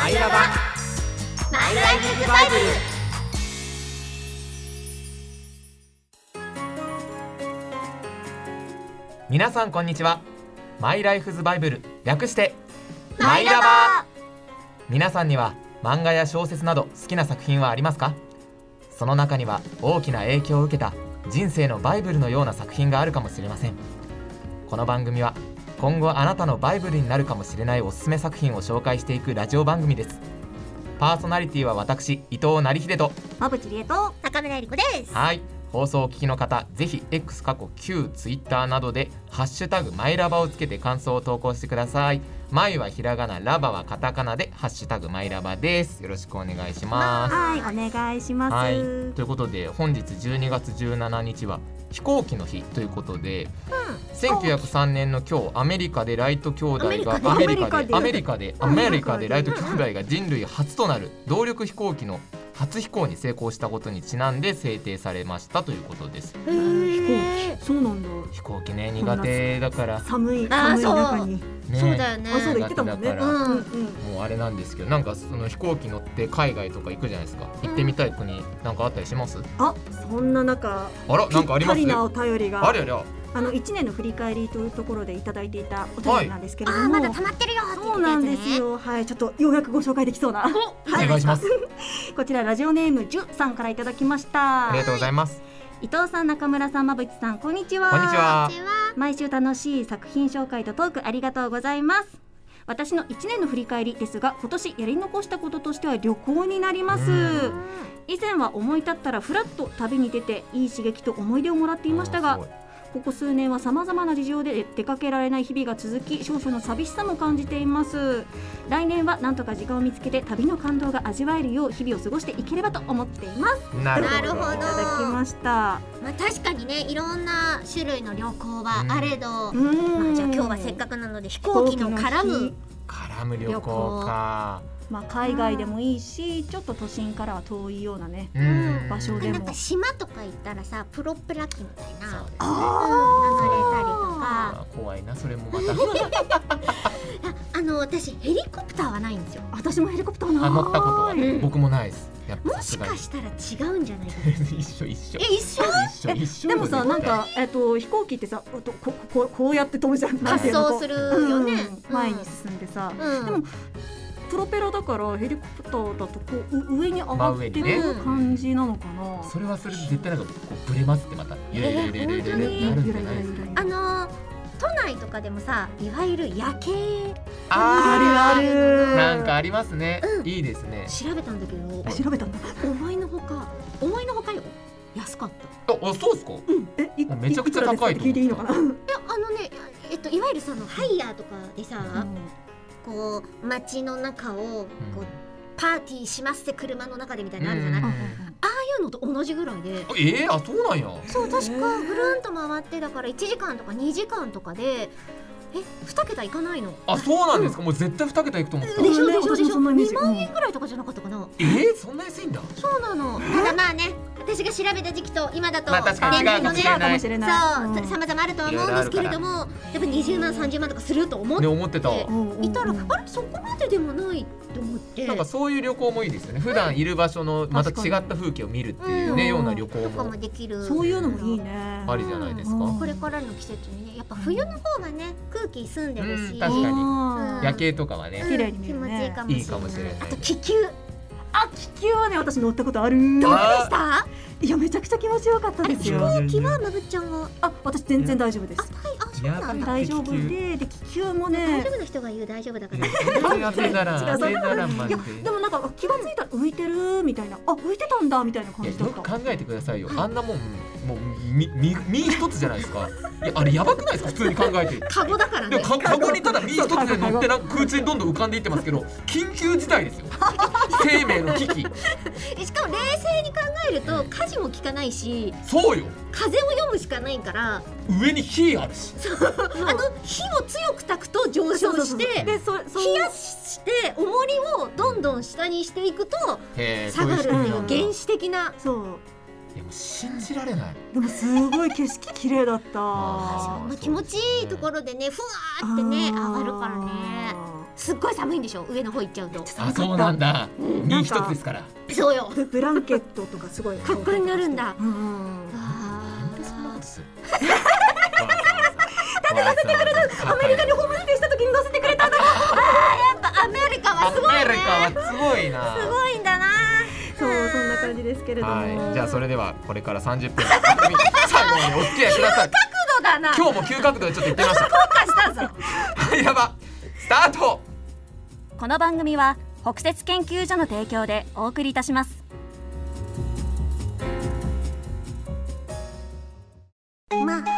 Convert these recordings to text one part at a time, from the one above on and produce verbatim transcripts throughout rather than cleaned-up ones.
マイラバマイライフズバイブル。 皆さんこんにちは。マイライフズバイブル、略してマイラバ。 皆さんには漫画や小説など好きな作品はありますか？その中には大きな影響を受けた人生のバイブルのような作品があるかもしれません。この番組は今後あなたのバイブルになるかもしれないおすすめ作品を紹介していくラジオ番組です。パーソナリティは私、伊藤成秀と馬淵理恵と中村えり子です。 はい、放送をお聞きの方、ぜひ X 過去旧 Twitter などでハッシュタグマイラバをつけて感想を投稿してください。マイはひらがな、ラバはカタカナでハッシュタグマイラバです。よろしくお願いします。 はい、お願いします、 はい、ということで本日じゅうにがつじゅうしちにちは飛行機の日ということで、うん、せんきゅうひゃくさんねんの今日、アメリカでライト兄弟がアメリカでアメリカでアメリカでライト兄弟が人類初となる動力飛行機の初飛行に成功したことにちなんで制定されましたということです。 へー、飛行機、そうなんだ。 飛行機ね、苦手だから寒い寒い中に、 ね、そうだよね。 あ、そうだ言ってたもんね。 だから、 うんうん、 もうあれなんですけど、なんかその飛行機乗って海外とか行くじゃないですか。行ってみたい国なんかあったりします？ あ、そんな中、 あら、なんかあります？ ぴったりなお便りがありゃりゃ。 あのいちねんの振り返りというところでいただいていたお便りなんですけれども、はい、 あ、まだ溜まってるよって言ってたやつね。 そうなんですよ。はい、ちょっとようやくご紹介できそうな、はい、 お願いします。 こちらラジオネームじゅさんからいただきました。 ありがとうございます。 伊藤さん、中村さん、馬淵さん、こんにちは。 こんにちは。 毎週楽しい作品紹介とトークありがとうございます。私のいちねんの振り返りですが、今年やり残したこととしては旅行になります。以前は思い立ったらフラッと旅に出ていい刺激と思い出をもらっていましたが、ここ数年は様々な事情で出かけられない日々が続き、少々の寂しさも感じています。来年はなんとか時間を見つけて旅の感動が味わえるよう日々を過ごしていければと思っています。 なるほど。 いただきました。 まあ、確かにね、いろんな種類の旅行はあれど、 うん、 まあ、じゃあ今日はせっかくなので飛行機の絡む絡む旅行か。 まあ、海外でもいいし、ちょっと都心からは遠いようなね、 うん、 場所でも、 なんか島とか行ったらさ、プロペラ機みたいな、 そうですね、 あ、乗れたりとか。 怖いな、それもまたあの、私ヘリコプターはないんですよ。 私もヘリコプターない。 あ、乗ったことは、 うん、 僕もないです。やっぱもしかしたら違うんじゃないですか。 一緒一緒。 え、一緒一緒一緒。 でもさ、なんか、えっと、飛行機ってさ、こここうやって飛ぶじゃん。 滑走するよね、 うん、前に進んでさ、 うん、 でもプロペラだからヘリコプターだとこう上に上がってくる感じなのかな、 ね、それはそれで絶対なんかこうブレますってまたゆらゆらゆらゆらゆらなるんじゃないですか。 あの都内とかでもさ、いわゆる夜景あるある、 なんかありますね、 うん、 いいですね。 調べたんだけど、 調べたんだ。 思いのほか思いのほかよ、安かった。 あ、そうですか。 うん、え、いめちゃくちゃ高いと思う。 聞いていいのかな。いや、 あのね、えっといわゆるさ、のハイヤーとかでさ、うん、こう街の中をこう、うん、パーティーしますって車の中でみたいなのあるじゃない、うん、ああいうのと同じぐらいで。 えー、あ、そうなんや。 そう、確かぐるんと回って、だからいちじかんとかにじかんとかで、え、にけたいかないの。 あ、そうなんですか。うん、もう絶対にけたいくと思った。 でしょでしょでしょ。にまんえんぐらいとかじゃなかったかな。 えー、そんな安いんだ。 そうなの。ただまあね、私が調べた時期と今だと、 まあ、確かに違うかもしれない。 そう、様々あるとは思うんですけれども、やっぱにじゅうまんさんじゅうまんとかすると思って、 ね、思ってたいたら、あれ、そこまででもないと思って。 なんかそういう旅行もいいですよね。普段いる場所のまた違った風景を見るっていうね、うん、ような旅行もできる。 そういうのもいいね。 ありじゃないですか。 これからの季節にね、やっぱ冬の方がね、空気澄んでるし、 うん、確かに、うん、夜景とかはね、 綺麗に見えるね、気持ちいいかもしれない。 いいかもしれない。 あと気球。 あ、気球はね、私乗ったことある。 どうでした？ いや、めちゃくちゃ気持ちよかったですよ。 飛行機はまぶっちゃんは？ あ、私全然大丈夫です。 あ、はい、あ、そうなんだ。 大丈夫で、で気球もね、 大丈夫な人が言う大丈夫だから。 違う、違う、いや、 でもなんか気がついたら浮いてるみたいな、あ、浮いてたんだみたいな感じだった。 よく考えてくださいよ。あんなもんもうみみ身一つじゃないですか。いや、あれやばくないですか、普通に考えて。 カゴだからね。 カゴにただ身一つで乗ってなんか空中にどんどん浮かんでいってますけど、緊急事態ですよ。生命の危機。 しかも冷静に考えると舵も効かないし、 そうよ、 風を読むしかないから、 上に火あるし、 あの火を強く焚くと上昇してでそそ冷やして重りをどんどん下にしていくと下がるっていう原始的な。 そう、 いやもう信じられない。 でもすごい景色綺麗だった。 あ、気持ちいいところでね、ふわーってね上がるからね。 すっごい寒いんでしょ、上の方行っちゃうと。 あ、そうなんだ。身一つですから。 そうよ、 ブランケットとかすごいかっこよくなるんだ。 うん、 あだって乗せてくれた、アメリカにホームステイした時に乗せてくれたんだ。 あ、やっぱアメリカはすごいね。 アメリカはすごいな。 すごいんだな。 そう、そんな感じですけれども、 はい、じゃあそれではこれからさんじゅっぷん最後にお付き合いください。 角度だな。 今日も急角度でちょっと言ってみました。 後悔したぞ。 はいやば、スタート。 この番組は北雪研究所の提供でお送りいたします。 まあ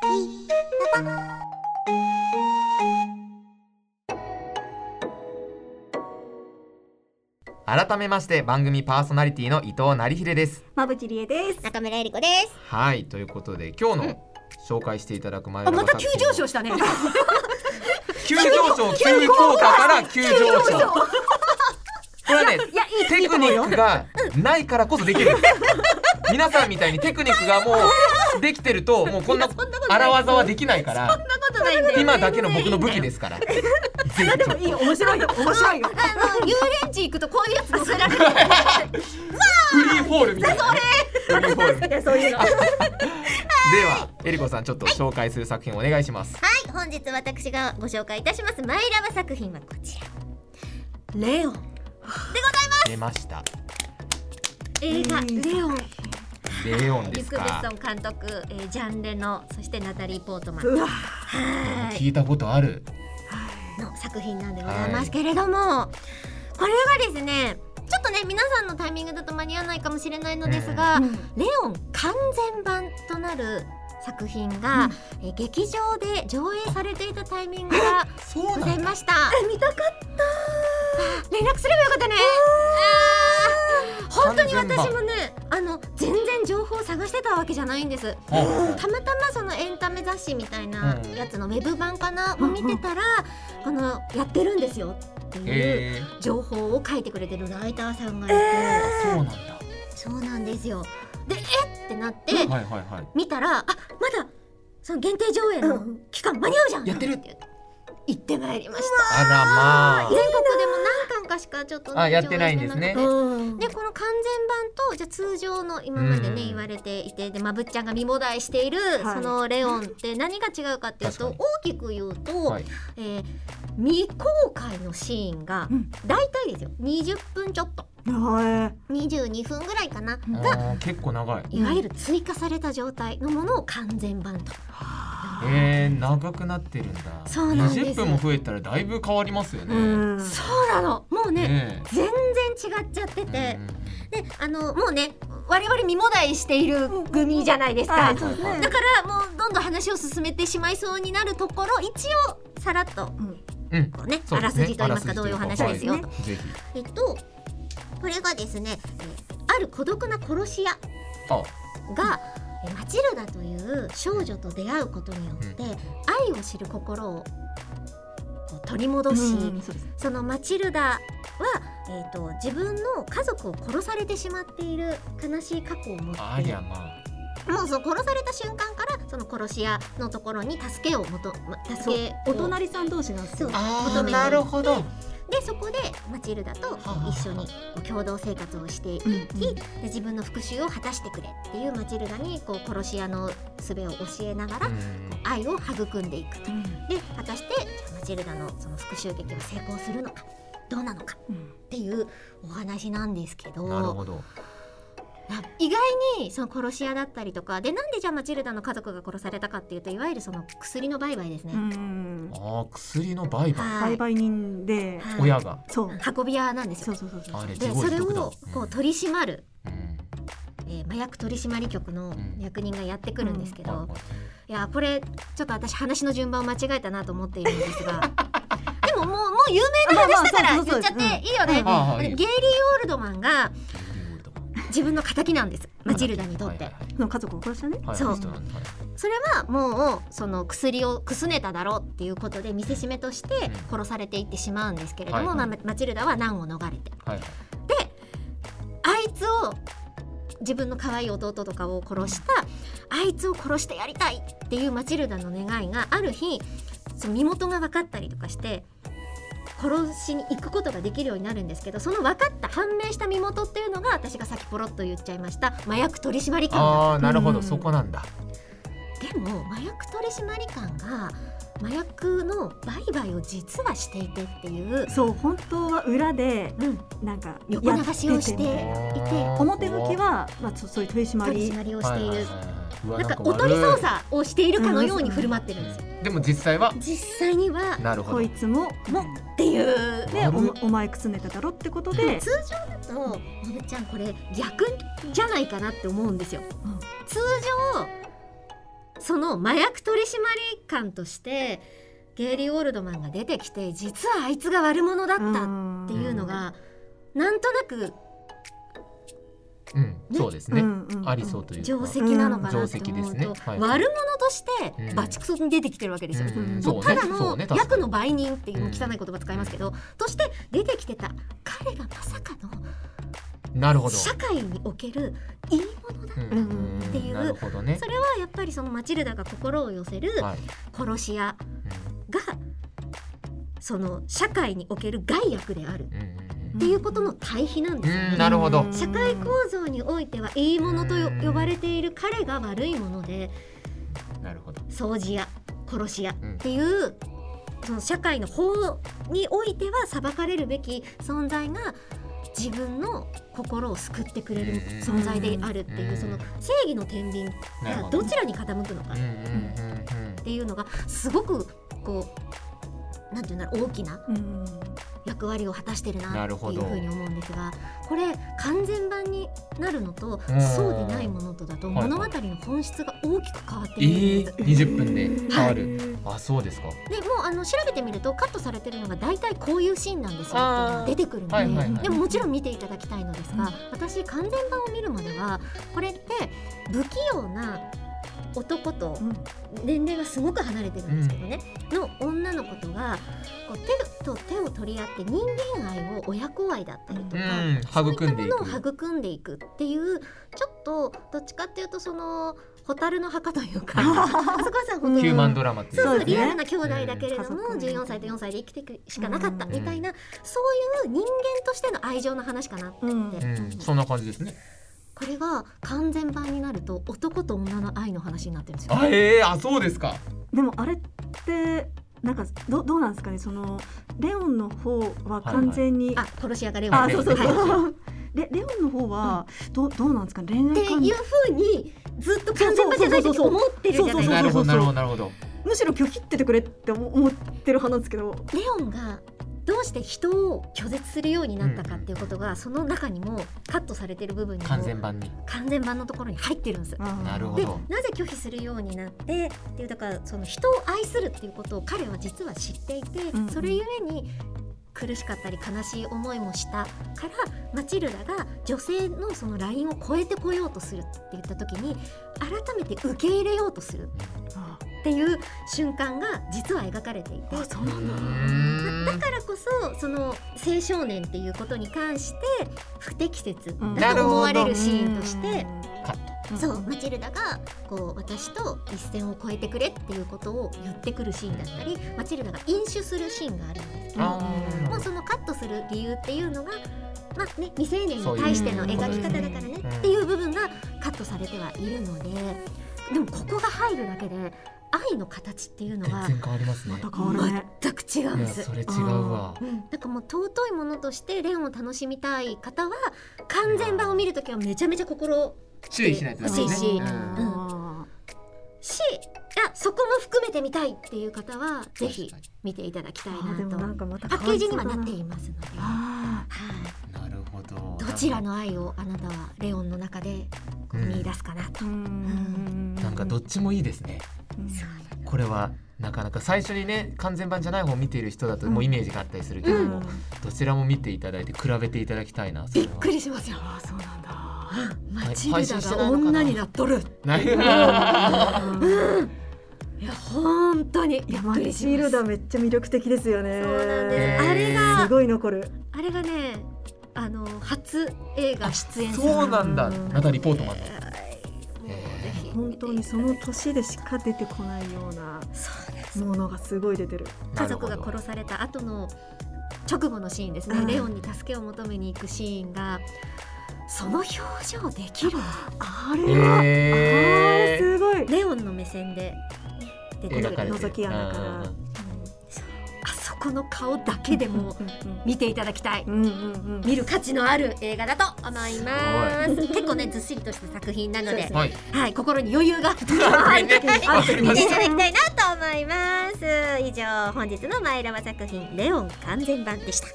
改めまして番組パーソナリティの伊藤成秀です。 馬淵理恵です。 中村えり子です。 はい、ということで今日の紹介していただく前あ、また急上昇したね。 急上昇、急降下から急上昇。これはね、テクニックがないからこそできる。皆さんみたいにテクニックがもうできてるともうこんな荒技はできないから、今だけの僕の武器ですから。ぜひでもいいよ、面白いよ、面白いよ。 あの遊園地行くとこういうやつ乗せられる。 フリーフォールみたいなね。フリーフォール。 いや、そういうの。 ではえりこさん、ちょっと紹介する作品をお願いします。 はい、本日私がご紹介いたしますマイラブ作品はこちら、レオンでございます。 出ました。 映画レオン、 レオンでリュク・すか。 ベッソン監督、えー、ジャン・レノ、そしてナタリー・ポートマンうわ、 はい聞いたことあるの作品なんでございますけれども、はい、これがですね、ちょっとね皆さんのタイミングだと間に合わないかもしれないのですが、 うん、 レオン完全版となる作品が、うん、えー、劇場で上映されていたタイミングがございました。 見たかった。 連絡すればよかったね。本当に私もね、あの全然情報を探してたわけじゃないんです。たまたまそのエンタメ雑誌みたいなやつのウェブ版かな、うん、を見てたら、このやってるんですよっていう情報を書いてくれてるライターさんがいて、 えー、そうなんだ。 そうなんですよ。で、えってなって、 はいはいはい、 見たら、あ、まだその限定上映の期間間に合うじゃん、 やってるって行ってまいりました。あらまあ。 全国でも何巻かしかちょっと、ね、 あ、やってないんですね。 で、この完全版とじゃ通常の今までね、うん、言われていて、でまぶっちゃんが身もだえしている、はい、そのレオンって何が違うかっていうと、大きく言うと、はい、えー、未公開のシーンがだいたいですよにじゅっぷんちょっと。にじゅうにふんぐらいかなが結構長い、 いわゆる追加された状態のものを完全版と。 えー、長くなってるんだ。 そうなんです。 にじゅっぷんも増えたらだいぶ変わりますよね。 うん、そうなの。もうね、ね、全然違っちゃってて、で、あのもうね、我々身もだえしている組じゃないですか、うん、だからもうどんどん話を進めてしまいそうになるところ、一応さらっと、うん、こうね、あらすじと言いますか、どういう話ですよと、ね、えっとこれがですね、ある孤独な殺し屋がマチルダという少女と出会うことによって愛を知る心を取り戻し、うん、そ, そのマチルダは、えーと、自分の家族を殺されてしまっている悲しい過去を持って、 ありゃまあ、 もうその殺された瞬間からその殺し屋のところに助けを求め、助けをお隣さん同士なんですよ。 求めて、 なるほど。 でそこでマチルダと一緒に共同生活をしていき、うんうん、で自分の復讐を果たしてくれっていうマチルダにこう殺し屋の術を教えながら、うん、愛を育んでいくと、うん、で果たしてマチルダのその復讐劇は成功するのかどうなのかっていうお話なんですけど、 なるほど。 意外にその殺し屋だったりとかで、なんでじゃあマチルダの家族が殺されたかっていうと、いわゆるその薬の売買ですね。うん、 あ、薬の売買、 売買人で、 はい、親がそう運び屋なんですよ。 そうそうそうそう。 あれでそれをこう取り締まる、 うん、 えー、麻薬取締局の役人がやってくるんですけど、うんうん、いやこれちょっと私話の順番を間違えたなと思っているんですがでももうもう有名な話だから言っちゃっていいよね。ゲイリー・オールドマンが自分の敵なんです、マチルダにとって、 その家族を殺したね、 はい、そう、はい、それはもうその薬をくすねただろうっていうことで見せしめとして殺されていってしまうんですけれども、はい、まあ、マチルダは難を逃れて、はい、であいつを自分の可愛い弟とかを殺した、あいつを殺してやりたいっていうマチルダの願いがある日その身元が分かったりとかして、 殺しに行くことができるようになるんですけど、その分かった判明した身元っていうのが私がさっきポロッと言っちゃいました麻薬取締官だ。 あーなるほど、そこなんだ。 でも麻薬取締官が麻薬の売買を実はしていてっていう、 そう本当は裏でうん、 なんか横流しをしていて、 表向きは、まあ、そそういう取締り取締りをしている、 はいはいはい、うわなんか悪いおとり捜査をしているかのように振る舞ってるんですよ。 でも実際は実際にはなるほどこいつももっていうで悪いお、お前くすねてたろってことで、 でも通常だとまぶちゃんこれ逆じゃないかなって思うんですよ、 うん、 通常その麻薬取締官としてゲイリー・オールドマンが出てきて、実はあいつが悪者だったっていうのがなんとなくうん、そうですね、 うんうん、 ありそうというか定石なのかなと思うと、 定石ですね、はい、 悪者としてバチクソに出てきてるわけですよ、 うんもうただそうのねそうね役の売人っていうの汚い言葉使いますけど、として出てきてた彼がまさかのなるほど社会におけるいいものだ、 うんうんっていうなるほどね、 それはやっぱりそのマチルダが心を寄せるはい殺し屋がその社会における害悪であるうんうんっていうことの対比なんですよね、 うんなるほど社会構造においてはいいものとよ呼ばれている彼が悪いもので、 なるほど、 掃除屋殺し屋っていう、その社会の法においては裁かれるべき存在が自分の心を救ってくれる存在であるっていう、その正義の天秤がどちらに傾くのかっていうのがすごくこうなんていうんだろう、大きな役割を果たしてるなっていうふうに思うんですが、これ完全版になるのとそうでないものとだと物語の本質が大きく変わってくるんです、 えー、にじゅっぷんで変わる、はい、あそうですか。 でもうあの調べてみるとカットされてるのが大体こういうシーンなんですよっていうのが出てくるので、はいはいはい、でももちろん見ていただきたいのですが、うん、私完全版を見るまではこれって不器用な男と年齢がすごく離れてるんですけどね、うん、の女の子とがこう手と手を取り合って人間愛を親子愛だったりとか、うん、そういったものを育んでいくっていうちょっとどっちかっていうとその蛍の墓というかあそこはさ本当にヒューマンドラマっていう、 そうそうリアルな兄弟だけれども、うん、じゅうよんさいとよんさいで生きていくしかなかったみたいな、うん、そういう人間としての愛情の話かなって、うんうん、そんな感じですね。 これが完全版になると男と女の愛の話になってるんですよ。 あ、えー、あそうですか。 でもあれってなんか ど, どうなんですかね、そのレオンの方は完全に、 はいはい、あ殺し屋がレオン、 あそうそうそう、はい、レ, レオンの方は ど, どうなんですか、恋愛っていう風にずっと完全版じゃないって思ってるじゃないですか。 なるほどなるほどなるほど。 むしろ拒否っててくれって思ってる派なんですけど、 レオンがどうして人を拒絶するようになったかっていうことが、うん、その中にもカットされてる部分にも完全版に完全版のところに入ってるんです。 なるほど。 でなぜ拒否するようになってっていう、だからその人を愛するっていうことを彼は実は知っていて、うん、それゆえに苦しかったり悲しい思いもしたからマチルダが女性のそのラインを超えてこようとするって言った時に改めて受け入れようとするっていう瞬間が実は描かれていて、 あ、そうなんだ。だからこそその青少年っていうことに関して不適切だと思われるシーンとして、うん、そうマチルダがこう私と一線を越えてくれっていうことを言ってくるシーンだったり、マチルダが飲酒するシーンがあるんですけど、もうそのカットする理由っていうのがまあね、未成年に対しての描き方だからねっていう部分がカットされてはいるので、でもここが入るだけで愛の形っていうのは全然変わりますね。 また変わるね。 全く違うんです。 それ違うわ。 うん、だからもう尊いものとしてレオンを楽しみたい方は完全版を見るときはめちゃめちゃ心注意しないと欲しいし、うんうん、し、いやそこも含めて見たいっていう方はぜひ見ていただきたいなと。 なんかまたパッケージにはなっていますので、 あ、 はい、 なるほど。 どちらの愛をあなたはレオンの中でこう見出すかなと、うん、 なんかどっちもいいですね。 うん、 これはなかなか最初にね完全版じゃない方を見ている人だともうイメージがあったりするけども、うん、どちらも見ていただいて比べていただきたいな。 びっくりしますよ。 あ、そうなんだ。 マチルダが女になっとる。 ないいや本当にびっくりします。 マチルダめっちゃ魅力的ですよね。 そうなんです。あれがすごい残る。 あれがね、あの初映画出演。 そうなんだ。ナタリー・ポートマンだ。 本当にその年でしか出てこないようなものがすごい出てる。 家族が殺された後の直後のシーンですね、 うん、 レオンに助けを求めに行くシーンがその表情できるの。 あれは、えー、あーすごい。 レオンの目線で出てくる覗き穴から、うん、 あそこの顔だけでも見ていただきたい、うんうんうん、見る価値のある映画だと思います。結構ねずっしりとした作品なので、はいはい、心に余裕があって見ていただきたいなと思います。以上本日のマイラバ作品レオン完全版でした。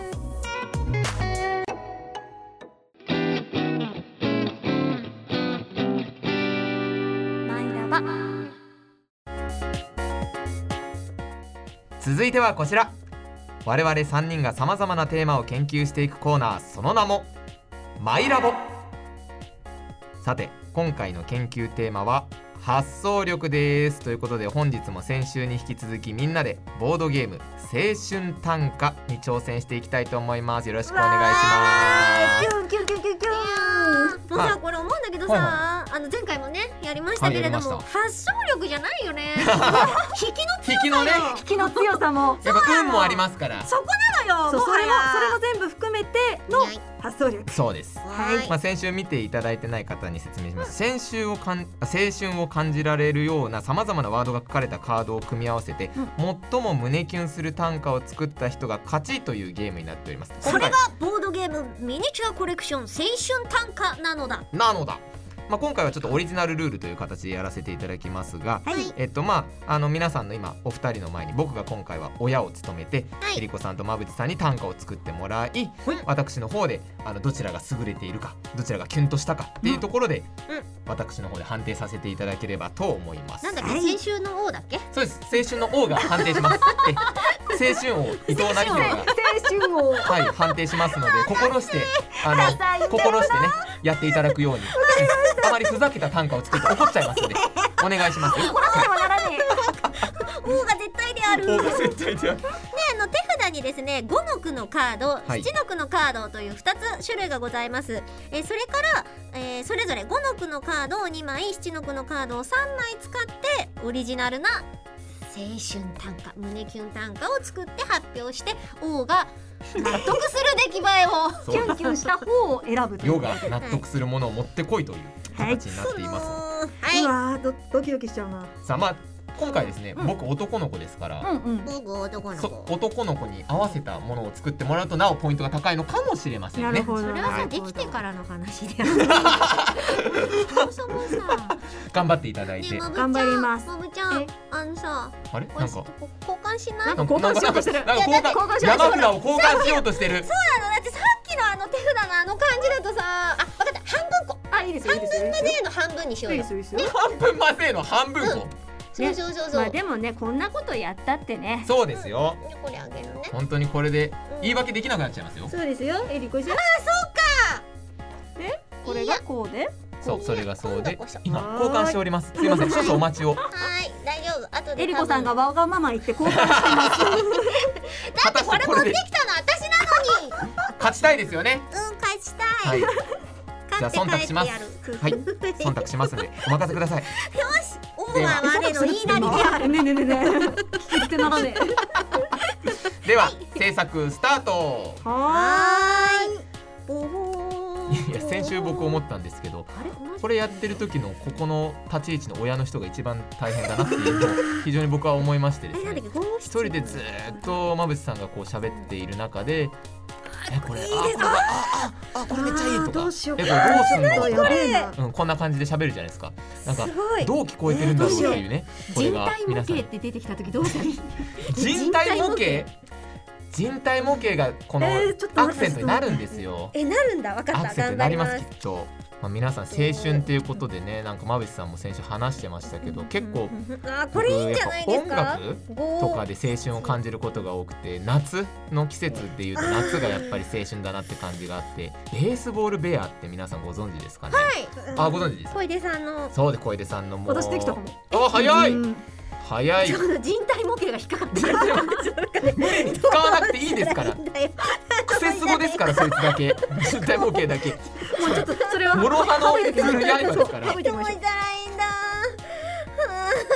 続いてはこちら、我々さんにんがさまざまなテーマを研究していくコーナー、その名もマイラボ。さて今回の研究テーマは発想力ですということで、本日も先週に引き続きみんなでボードゲーム青春短歌に挑戦していきたいと思います。よろしくお願いします。 キュンキュンキュンキュンキュン。もうさ、これ思うんだけどさ、はいはい、あの前回もねやりましたけれども、はい、発想力じゃないよね。引きの強さよ。 引きの強さもやっぱ運もありますから。 そこなのよ。 そう、それもそれも全部含めての発想力。 そうです。はい。まあ先週見ていただいてない方に説明します。先週をかん青春を感じられるようなさまざまなワードが書かれたカードを組み合わせて、うん、最も胸キュンする短歌を作った人が勝ちというゲームになっております。 それがボードゲームミニチュアコレクション青春短歌なのだ。 なのだ。まあ、今回はちょっとオリジナルルールという形でやらせていただきますが、はい、えっとまああの皆さんの今お二人の前に僕が今回は親を務めて、はい、えりこさんとまぶちさんに短歌を作ってもらい、はい、私の方であのどちらが優れているか、どちらがキュンとしたかっていうところで、うんうん、私の方で判定させていただければと思います。 なんだっけ、青春の王だっけ。 そうです、青春の王が判定します。青春王伊藤成弘が青春王、 はい、判定しますので心してあの心してねやっていただくように、あまりふざけた短歌を作って怒っちゃいますのでお願いします。 怒らせてはならねえ。王が絶対である。 王が絶対である。ね、 あの手札にですねごの句のカード、 はい、 ななの句のカードというふたつ種類がございます。えー、それから、えー、それぞれごの句のカードをにまい、ななの句のカードをさんまい使ってオリジナルな青春短歌、胸キュン短歌を作って発表して、王が納得する出来栄えをキュンキュンした方を選ぶという。 世が納得するものを持ってこいという形になっています。 はい、 うわー、ドドキドキしちゃうな。 さあ、まあ今回ですね、うん、僕男の子ですから、 うんうん、僕男の子、 男の子に合わせたものを作ってもらうとなおポイントが高いのかもしれませんね。 なるほど。 それはさ、はい、できてからの話である。そもそもさ頑張っていただいて、 ね、頑張ります。 まぶちゃん、あのさ、 あれなんか交換しない？ なんか交換しようとしてる。 なんか交換山札を交換しようとしてる。 そうなの。だってさっきのあの手札のあの感じだとさ、あ、分かった、半分こ。 あ、いいですよ。 半分までの半分にしようよ。 いいですよ。 半分までの半分こ。 そうそうそうそう。 まあでもね、こんなことやったってね。 そうですよ。 これあげるね。 本当にこれで言い訳できなくなっちゃいますよ。 そうですよ。えりこちゃん。 あ、そうか。 で、これがこうで。 そう、それがそうで今交換しております。すいません、少々お待ちを。 はい、大丈夫。後でえりこさんがわがまま言って交換してます。 だってこれ持ってきたの私なのに。 勝ちたいですよね。 うん、勝ちたい。 はい。じゃあ忖度します。はい、忖度しますのでお任せください。 よし、王は我の言いなりである。 ねねねね。聞き捨てならねえ。では制作スタート。 はーい。いや、先週僕思ったんですけど、これやってる時のここの立ち位置の親の人が一番大変だなっていうのを非常に僕は思いましてですね。一人でずっと馬淵さんがこう喋っている中で、え、これ、あ、これが、あ、あ、あ、これめっちゃいいとか、 どうしよう、 え、これどうすんの、 やべえな、 うん、こんな感じで喋るじゃないですか。なんかどう聞こえてるんだろうっていうね。これが人体模型って出てきた時どうしたらいい？ 人体模型？人体模型がこのアクセントになるんですよ。 え、なるんだ、分かった。 アクセントになります、きっと。まあ、皆さん青春っていうことでね、なんか馬淵さんも先週話してましたけど、結構あ、これいいんじゃないですか。 音楽とかで青春を感じることが多くて、夏の季節っていうと夏がやっぱり青春だなって感じがあって、ベースボールベアって皆さんご存知ですかね。 はい。 あ、ご存知です。 小出さんの。 そうで、小出さんのもう。 私できたかも。 あ、早い。早い。 ちょうど人体模型が引っかかってる。 無理に使わなくていいですから。クセスゴですから、そいつだけ。人体模型だけ。 もうちょっとそれは諸刃の刃ですから。 どうしたらいいんだ。 いや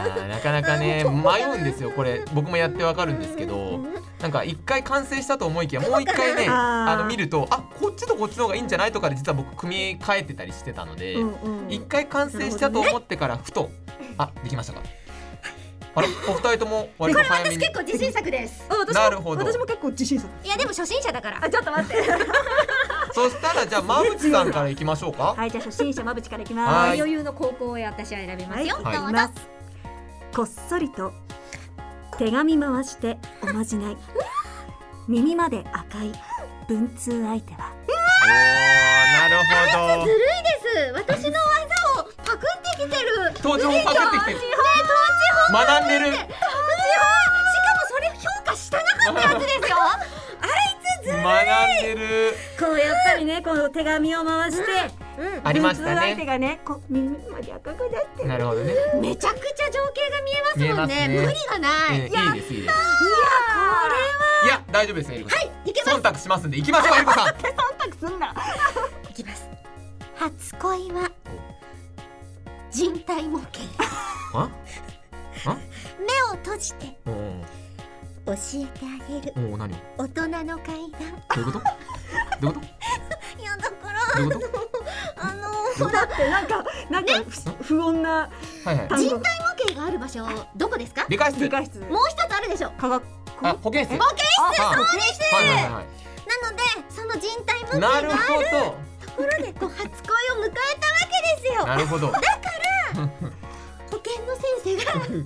ーなかなかね迷うんですよこれ。僕もやってわかるんですけど、なんか一回完成したと思いきやもう一回ねあの見ると、あこっちとこっちの方がいいんじゃないとかで実は僕組み替えてたりしてたので、一回完成したと思ってからふと、あできましたか。あれお二人とも割と早めに。 これ私結構自信作です。 なるほど。 私も結構自信作。 いやでも初心者だから。 あちょっと待って。 そしたらじゃあ馬淵さんからいきましょうか。 はいじゃあ初心者馬淵からいきます。 はい余裕の高校へ私は選びますよ。 はいどうぞ。 こっそりと手紙回しておまじない。耳まで赤い文通相手は。 おーなるほど。 ずるいです。私の技をパクってきてる。 登場をパクってきてる。学んでる。 しかもそれ評価したなかったやつですよ。 学んでる。 こうやっぱりねこの手紙を回して、 うんありました文通相手ね。 がねこう耳まで赤くなってる。 なるほどね。 めちゃくちゃ情景が見えますもんね。 見えますね無理がない。 えーいいですいいです。 いやいや大丈夫ですエリコさん。 はいいけます。 忖度しますんで行きましょうエリコさん。 忖度すんな。 いきます。初恋は人体模型。 あ目を閉じておー教えてあげるおー何大人の階段。 どういうことどういうこいやだからとどういうこあのどういうだってなんかなんか不不穏なとはいはい。 単語人体模型がある場所どこですか？ 理科室。 理科室。 もう一つあるでしょ。 科学あ保健室。 保健室。 あそうです。 はいはいはいはなのでその人体模い。なる型があるほど。 ところでこう初恋を迎えたわけですよ。 なるほど。 保健の先生が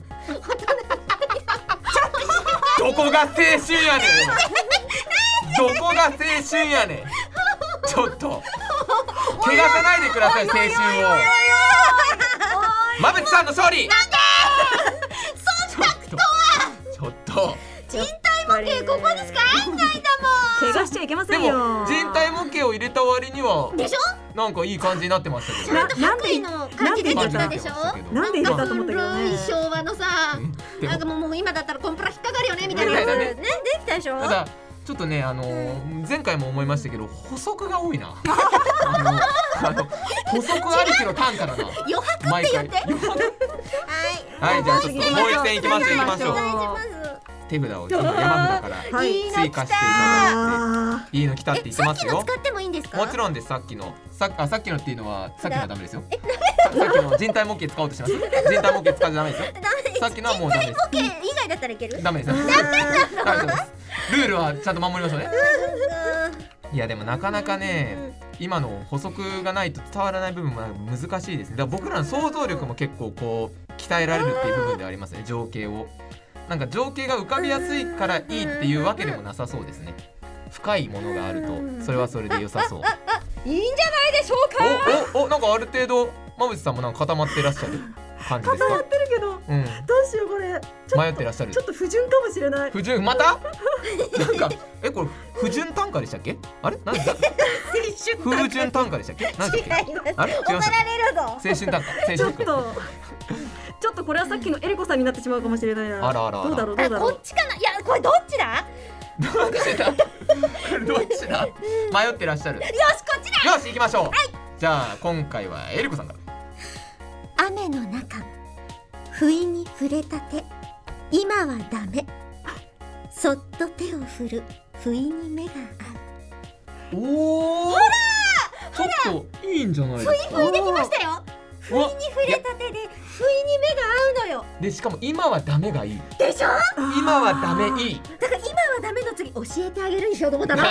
どこが青春やねん。どこが青春やねん。ちょっと怪我さないでください青春を。馬淵さんの勝利。なんで。そんなことは。ちょっと。 人体模型ここにしか入んないんだ怪我しちゃいけませでんよ。 も人体模型を入れた割にはもん。でしょ？ なんかいい感じになってましたけど。 ななんで白衣の感じ出てきたでしょ？ なんで入れたと思ったけどね古い昭和のさ、 でもなんかもうもう今だったらコンプラ引っかかるよねみたいなみたいなねやつねできたでしょ？ ただちょっとねあのー前回も思いましたけど補足が多いな。あのあの補足ありきの短歌だな。 余白って言って。 毎回はい。 はいじゃあちょっともう一戦いきましょういきましょう。 お願いします。 手札を今山札からはいいいの追加していただいて。 あいいの来たって言ってますよ。 さっきの使ってもいいんですか？ もちろんです。さっきのさあさっきのっていうのはさっきのはダメですよ。ささっきの人体模型使おうとします。人体模型使っちゃダメですよ。 ダメです。 さっきのはもうダメです。 人体模型以外だったらいける？ ダメですよ。はいそうですルールはちゃんと守りましょうね。いやでもなかなかね今の補足がないと伝わらない部分も難しいですね。だから僕らの想像力も結構こう鍛えられるっていう部分ではありますね。情景をなんか情景が浮かびやすいからいいっていうわけでもなさそうですね。深いものがあるとそれはそれで良さそう。 いいんじゃないでしょうか？ おおおなんかある程度馬淵さんもなんか固まってらっしゃる感じですか？ 固まってるけどうんどうしようこれちょ迷ってらっしゃるちょっと不純かもしれない。 不純またなんかえこれ不純単価でしたっけ？あれなんだ不純単価でしたっけ？なんだっけ？ 違います。 あれ違い怒ますられるぞ。 青春単価青ちょっ春単価とちょっとこれはさっきのエリコさんになってしまうかもしれないな。 あらあらあらどうだろうどうだあ、 ろう。 こっちかな。いや、これどっちだ？ どっちだどっちだ迷ってらっしゃる。よよし、こっちだ。 し行きましょう。じゃあ今回はエリコさんから雨の中、不意に触れた手、今はダメ。そっと手を振る、不意に目が合う。 おおほらちょっといいんじゃないですか。 不意できましたよ。不意に触れた手で、不意に目が合うのよ。 でしかも今はダメがいい。 でしょ？ 今はダメいい。 だから今はダメの次教えてあげるにしようと思ったの。 す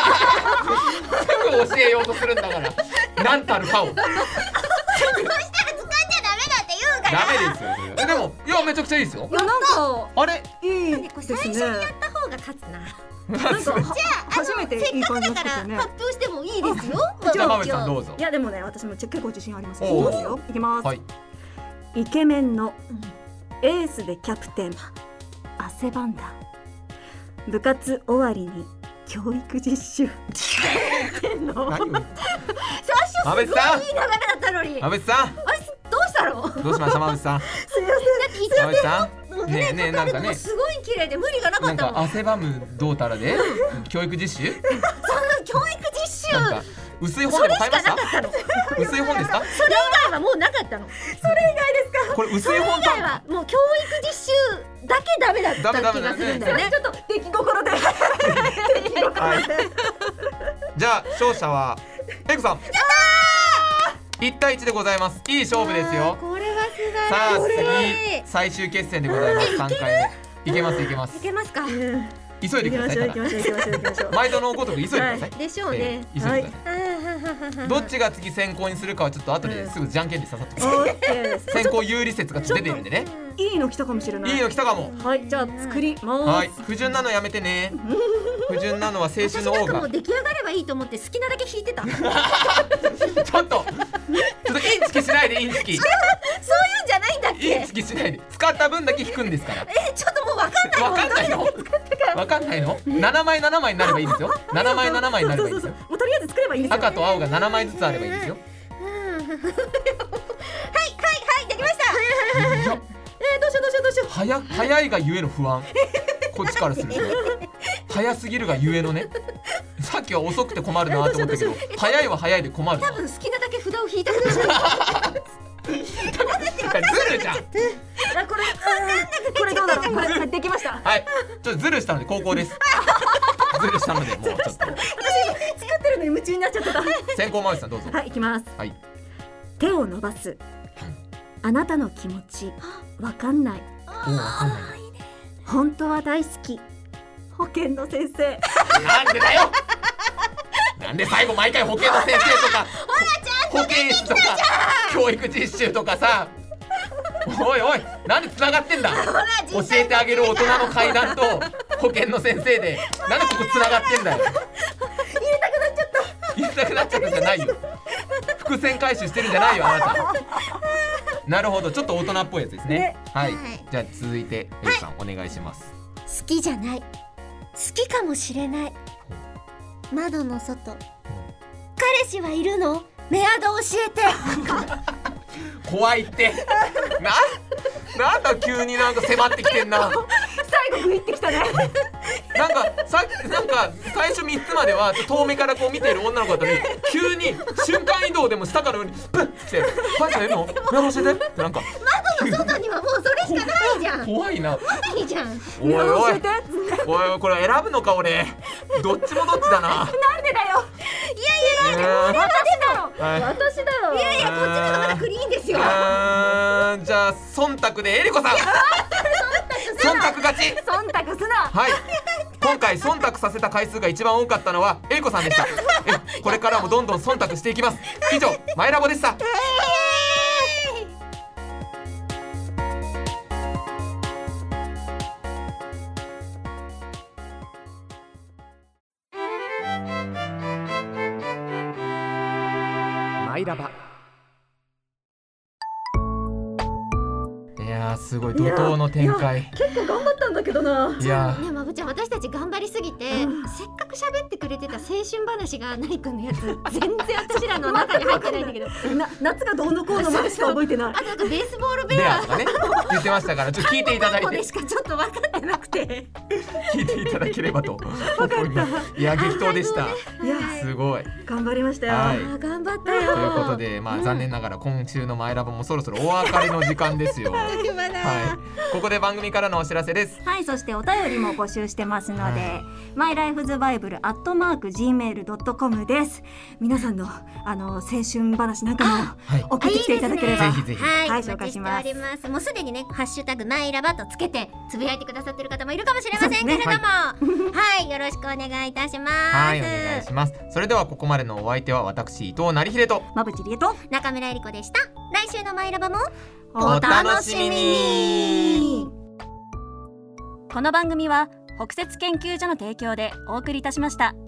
ぐ教えようとするんだから何たるかを。ダそしたら掴んじゃダメだって言うから。 メですよそれ。でもいやめちゃくちゃいいですよい。やなんかあれいいね、これですね。 最初にやった方が勝つな。 なんかじゃあ、あ初めのていいせっかく感じだからですね。 発表してもいいですよ。 じゃあ馬淵さんどうぞい。やでもね私も結構自信あります。いおうきますよ。いきます。 はい。 イケメンのうんエースでキャプテン汗ばんだ部活終わりに教育実習の何最初馬淵さんいい流れだったのに。 馬淵さんあれどうしたの？ どうしました馬淵さん。 だっていつ馬淵さもんねえねえなんかねすごい綺麗で無理がなかなんったもん。 か汗ばむどうたらで教育実習その教育実習。 なんか薄い本でも買いました？ それしかなかったの。 薄い本ですか？ それ以外はもうなかったの。 それ以外ですか？ これ薄いそれ本以外はもう教育実習だけダメだった気がするんだよね。 ちょっと出来心ではいじゃあ勝者はエイコさん。いち対いちでございます。いい勝負ですよ。 これは素晴らしい。 さあこれはいい次最終決戦でございます。さんかいめいけますいけますいけますか。 急いでください。 行きましょう行きましょう行きましょう毎度のごとく急いでください。 でしょうね。 えー急いでください。どっちが次先行にするかはちょっと後ですぐじゃんけんで刺さってください。 オッケーです先行有利説がちょっと出てるんでね。 いいの来たかもしれない。 いいの来たかも。 はい、じゃあ作ります。 はい、不純なのやめてね。不純なのは青春の王が。 私なんかもう出来上がればいいと思って好きなだけ弾いてた。そういうんちょっと、ちょっとインチキしないでインチキ。 じゃないんだっインけ。 チキしないで。使った分だけ引くんですから。 え、ちょっともうわかんない。 わかんないの？わかんないの？七枚七枚になればいいんですよ。七枚七枚になればいいんですよ。 もうとりあえず作ればいいんですよ。 赤と青が七枚ずつあればいいんですよ。 はいはいはいできました。 いや、 えー、どうしようどうしようどうしよう。 早早いがゆえの不安。こっちからすると早すぎるがゆえのね。さっきは遅くて困るなと思ったけど、早いは早いで困るな。 多分好きなだけ札を引いたからじゃない。 ずるじゃん。 あ、これこれどうだろう。これできました。 はい、ちょっとずるしたので高校です。ずるしたのでもうちょっと作ってるのに夢中になっちゃってた。 先行マウスさんどうぞ。 はい、行きます。 はい。 手を伸ばす。あなたの気持ちわかんない。 おお、わかんない。 本当は大好き。保健の先生。 なんでだよ。なんで最後毎回保健の先生とか保健室とか教育実習とかさ。おいおい、なんで繋がってんだ。教えてあげる大人の階段と保健の先生でなんでここ繋がってんだよ。入れたくなっちゃった入れたくなっちゃったじゃないよ。伏線回収してるんじゃないよあなた。なるほど、ちょっと大人っぽいやつですね。 ねはい、 はいじゃあ続いてエイさん、お願いします。 好きじゃない。好きかもしれない。窓の外。彼氏はいるの？メアド教えて。 怖いってな、なんだ急になんか迫ってきてんな。 最後グイってきたね。 なんかさなんか最初みっつまではちょっと遠目からこう見ている女の子だったのに、急に瞬間移動でも下から上にプッって「パンチがいるの？メアド教えて」ってなんか窓の外にはもうそれしかないじゃん。 怖いな。 ないじゃん。 おいおい教えて。 おいおい、これ選ぶのか俺。どっちもどっちだな。 なんでだよ。 いやいやいや、はい私だよ。 いやいや、こっちの方がまだクリーンですよ。 あーじゃあ忖度でエリコさん。忖度勝ち。 忖度すな。 はい、今回忖度させた回数が一番多かったのはエリコさんでした。えこれからもどんどん忖度していきます。以上、マイラボでした。マイラバ。いやー、すごい怒涛の展開。 結構頑張ったんだけどな。 いやね、まぶちゃん、私たち頑張りすぎて、 うんせっかく喋ってくれてた青春話がナイ君のやつ全然私らの中に入ってないんだけど、 な夏がどうのこうのまでしか覚えてない。 あとなんかベースボールベベアアとかね言ってましたから、ちょっと聞いていただいてこでしかちょっと分かってなくて。 聞いていただければと思います。いや、激闘でした。 いやすごい。 頑張りましたよ。 はいあー頑張ったとよ。 いうことで、まあ残念ながら今週のマイラボもそろそろお別れの時間ですよ。はい。ここで番組からのお知らせです。 はい、そしてお便りも募集してますので、 はい、 マイライフズバイブルアットマーク ジーメールドットコム です。皆さんのあの青春話なんかもはい送ってきていただければ、 ぜひぜひ。 はい、 はいお待ち紹介しますしております。もうすでにね、ハッシュタグマイラバとつけてつぶやいてくださってる方もいるかもしれませんけれども、はい、よろしくお願いいたします。 はい、お願いします。それではここまでのお相手は私伊藤成秀とまぶちりえと中村えり子でした。来週のマイラバもお楽しみに。 この番組は北雪研究所の提供でお送りいたしました。